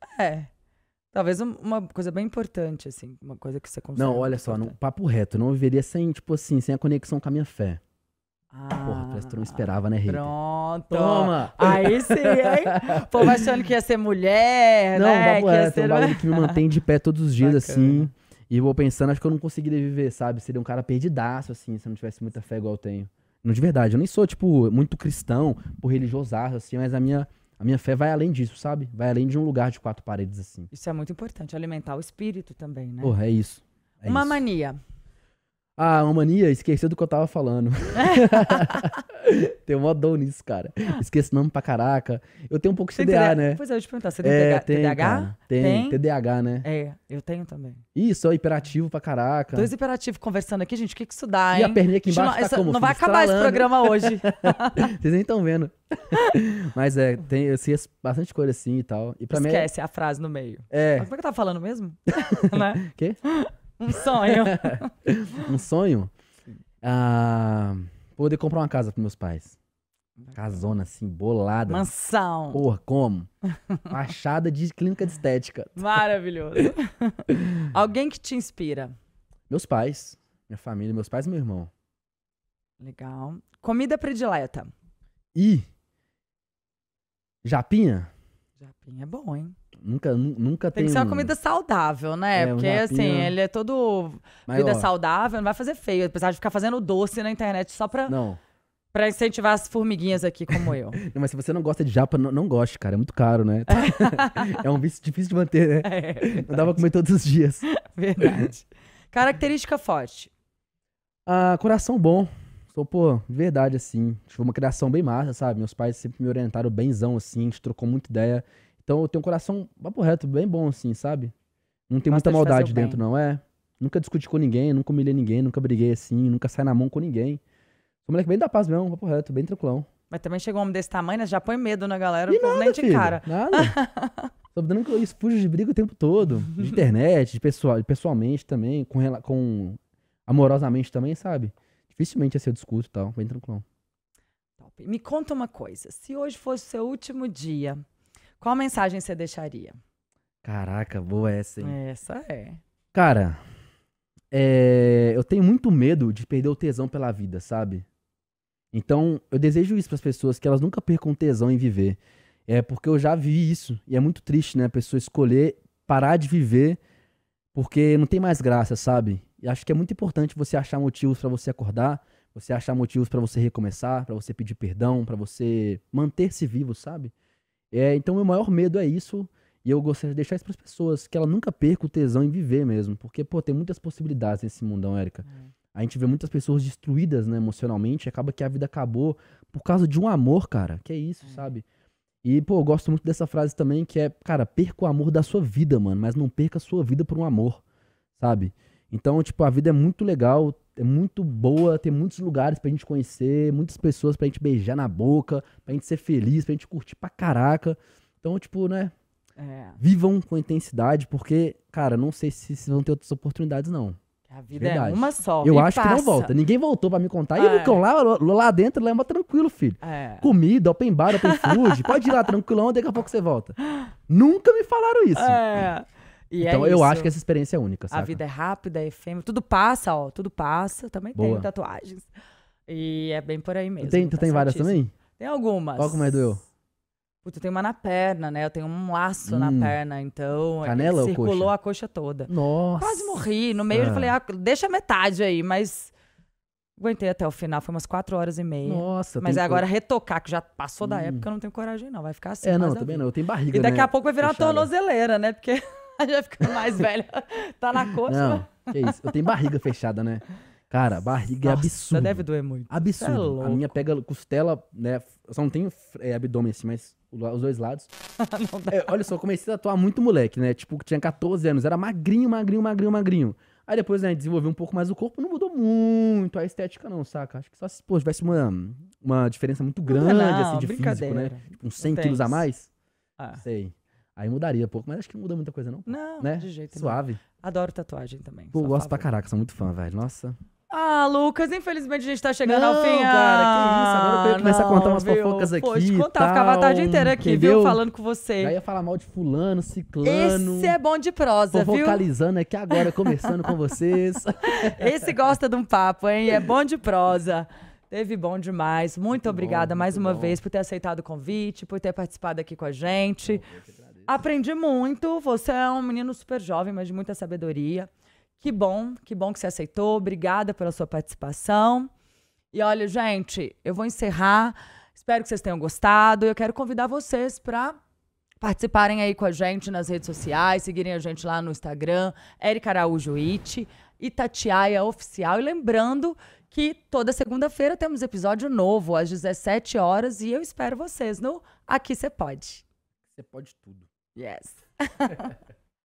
Talvez uma coisa bem importante, assim. Uma coisa que você consegue. Não, olha só, no papo reto. Eu não viveria sem, tipo assim, sem a conexão com a minha fé. Ah, Porra, parece que tu não esperava, né, Rita? Pronto. Toma! Aí sim, hein? Pô, achando que ia ser mulher, não, né? Papo reto, é um bagulho que me mantém de pé todos os dias, assim. E eu vou pensando, acho que eu não conseguiria viver, sabe? Seria um cara perdidaço, assim, se eu não tivesse muita fé igual eu tenho. Não, de verdade, eu nem sou, tipo, muito cristão, por religiosaço, assim, mas a minha fé vai além disso, sabe? Vai além de um lugar de quatro paredes, assim. Isso é muito importante, alimentar o espírito também, né? Porra, é isso. Uma mania. Uma mania, esqueci do que eu tava falando. Tem um modão nisso, cara. Esqueço o nome pra caraca. Eu tenho um pouco de TDA, né? Pois é, eu ia te perguntar, você tem TDAH? Cara, tem TDAH, né? Eu tenho também. Ih, sou hiperativo pra caraca. 2 hiperativos conversando aqui, gente, o que isso dá, hein? E a perninha aqui embaixo tá como? Não vai acabar esse programa hoje. Vocês nem estão vendo. Mas eu sei bastante coisa assim e tal. E pra Esquece a frase no meio. Mas como é que eu tava falando mesmo? Né? Quê? Um sonho. Um sonho? Poder comprar uma casa pros meus pais. Casona, assim, bolada. Mansão. Porra, como? Fachada de clínica de estética. Maravilhoso. Alguém que te inspira? Meus pais. Minha família, meus pais e meu irmão. Legal. Comida predileta? Japinha? Japinha é bom, hein? Nunca tem que ser uma comida saudável, né? Porque assim, ele é todo vida saudável, não vai fazer feio. Apesar de ficar fazendo doce na internet só pra incentivar as formiguinhas aqui como eu. Não, mas se você não gosta de japa, não goste, cara. É muito caro, né? É um vício difícil de manter, né? Não dá pra comer todos os dias. Verdade. Característica forte? Coração bom. Sou, de verdade, assim. Tive uma criação bem massa, sabe? Meus pais sempre me orientaram benzão, assim. A gente trocou muita ideia. Então eu tenho um coração, papo reto, bem bom, assim, sabe? Não tem muita maldade dentro, não. Não Nunca discuti com ninguém, nunca humilhei ninguém, nunca briguei assim, nunca saí na mão com ninguém. Sou moleque bem da paz mesmo, papo reto, bem tranquilão. Mas também chegou um homem desse tamanho, né? Já põe medo na galera, E o povo nada, nem de filho, cara. nada. Tô dando isso, fujo de briga o tempo todo. De internet, pessoalmente também, com amorosamente também, sabe? Dificilmente ia ser o discurso e tal, bem tranquilo. Top. Me conta uma coisa. Se hoje fosse o seu último dia, qual mensagem você deixaria? Caraca, boa essa, hein? Essa é. Cara, eu tenho muito medo de perder o tesão pela vida, sabe? Então, eu desejo isso pras pessoas, que elas nunca percam o tesão em viver. Porque eu já vi isso, e é muito triste, né? A pessoa escolher parar de viver porque não tem mais graça, sabe? E acho que é muito importante você achar motivos pra você acordar, você achar motivos pra você recomeçar, pra você pedir perdão, pra você manter-se vivo, sabe? Então, meu maior medo é isso, e eu gostaria de deixar isso pras pessoas, que ela nunca perca o tesão em viver mesmo. Porque, pô, tem muitas possibilidades nesse mundão, Érica. A gente vê muitas pessoas destruídas, né, emocionalmente, e acaba que a vida acabou por causa de um amor, cara. Que é isso, sabe? E, pô, eu gosto muito dessa frase também, que é, cara, perca o amor da sua vida, mano, mas não perca a sua vida por um amor, sabe? Então, tipo, a vida é muito legal, é muito boa, tem muitos lugares pra gente conhecer, muitas pessoas pra gente beijar na boca, pra gente ser feliz, pra gente curtir pra caraca. Então, tipo, né, vivam com intensidade, porque, cara, não sei se vocês vão ter outras oportunidades, não. A vida Verdade. é uma só. Eu e acho passa. que não volta. Ninguém voltou pra me contar. E o Lucão lá dentro, lembra tranquilo, filho. Comida, open bar, open food. Pode ir lá tranquilão, daqui a pouco você volta. Nunca me falaram isso. Então eu acho que essa experiência é única, saca? A vida é rápida, é efêmera. Tudo passa, ó. Tudo passa. Também Boa. tenho tatuagens. E é bem por aí mesmo. Tu tem várias também? Tem algumas. Qual que mais doeu? Puta, eu tenho uma na perna, né? Eu tenho um laço na perna, então... Canela ou circulou coxa? a coxa toda. Nossa. Quase morri. No meio eu falei, deixa metade aí, mas... Aguentei até o final, foi umas 4h30. Nossa. Mas agora retocar, que já passou da época, eu não tenho coragem não. Vai ficar assim. Não, também não. Eu tenho barriga, E daqui né? a pouco vai virar Fechada. uma tornozeleira, né? Porque a gente vai ficando mais velha. Tá na coxa. Não, que isso. Eu tenho barriga fechada, né? Cara, barriga é absurdo. Deve doer muito. Absurdo. Cê é louco. A minha pega costela, né? Eu só não tenho abdômen assim, mas os dois lados. Não dá. Olha só, eu comecei a tatuar muito moleque, né? Tipo, tinha 14 anos. Era magrinho. Aí depois, né, desenvolvi um pouco mais o corpo. Não mudou muito a estética, não, saca? Acho que só se, pô, tivesse uma diferença muito grande, assim, de físico, né? Tipo, uns 100 quilos a mais. Sei. Aí mudaria um pouco, mas acho que não muda muita coisa, não. Não, né? de jeito Suave. nenhum. Adoro tatuagem também. Pô, sou a gosto pra favor. caraca, sou muito fã, velho. Nossa. Lucas, infelizmente a gente tá chegando Não, ao fim. cara, que isso. Agora eu ia começar a contar umas viu? fofocas aqui Pô, te e contar, tal, eu ficava a tarde inteira aqui, entendeu? viu? Falando com você. Já ia falar mal de fulano, ciclano. Esse é bom de prosa, viu? Focalizando aqui agora, conversando com vocês. Esse gosta de um papo, hein? É bom de prosa. Teve bom demais. Muito obrigada mais uma vez por ter aceitado o convite, por ter participado aqui com a gente. Aprendi muito. Você é um menino super jovem, mas de muita sabedoria. Que bom que você aceitou. Obrigada pela sua participação. E olha, gente, eu vou encerrar. Espero que vocês tenham gostado. Eu quero convidar vocês para participarem aí com a gente nas redes sociais, seguirem a gente lá no Instagram, Érica Araújo It, Itatiaia Oficial. E lembrando que toda segunda-feira temos episódio novo, às 17 horas, e eu espero vocês no Aqui Cê Pode. Você pode tudo. Yes.